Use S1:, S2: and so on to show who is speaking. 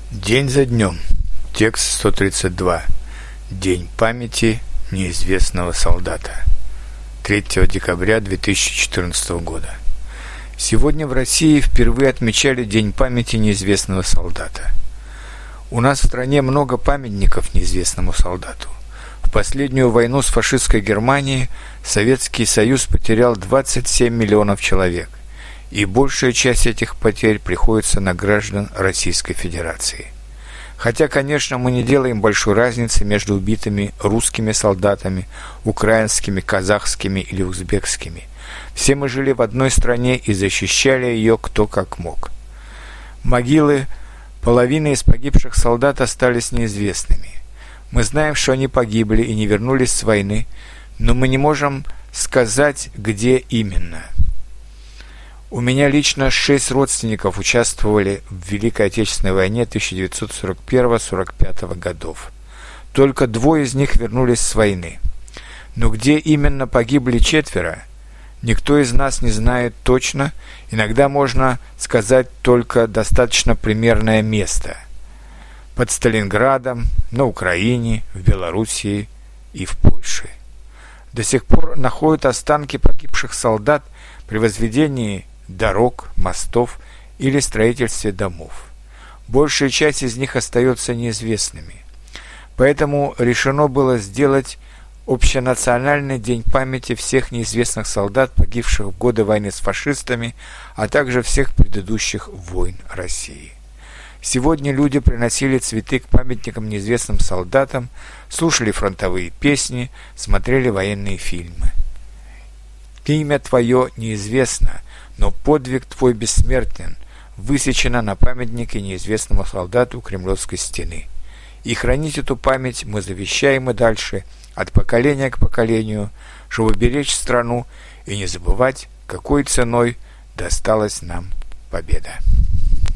S1: День за днем. Текст 132. День памяти неизвестного солдата. 3 декабря 2014 года. Сегодня в России впервые отмечали День памяти неизвестного солдата. У нас в стране много памятников неизвестному солдату. В последнюю войну с фашистской Германией Советский Союз потерял 27 миллионов человек, и большая часть этих потерь приходится на граждан Российской Федерации. Хотя, конечно, мы не делаем большой разницы между убитыми русскими солдатами, украинскими, казахскими или узбекскими. Все мы жили в одной стране и защищали ее кто как мог. Могилы половины из погибших солдат остались неизвестными. Мы знаем, что они погибли и не вернулись с войны, но мы не можем сказать, где именно. У меня лично 6 родственников участвовали в Великой Отечественной войне 1941-1945 годов. Только 2 из них вернулись с войны. Но где именно погибли 4, никто из нас не знает точно. Иногда можно сказать только достаточно примерное место. Под Сталинградом, на Украине, в Белоруссии и в Польше. До сих пор находят останки погибших солдат при возведении дорог, мостов или строительстве домов. Большая часть из них остается неизвестными. Поэтому решено было сделать общенациональный день памяти всех неизвестных солдат, погибших в годы войны с фашистами, а также всех предыдущих войн России. Сегодня люди приносили цветы к памятникам неизвестным солдатам, слушали фронтовые песни, смотрели военные фильмы. Имя твое неизвестно, но подвиг твой бессмертен, высечено на памятнике неизвестному солдату у Кремлевской стены. И хранить эту память мы завещаем и дальше, от поколения к поколению, чтобы беречь страну и не забывать, какой ценой досталась нам победа.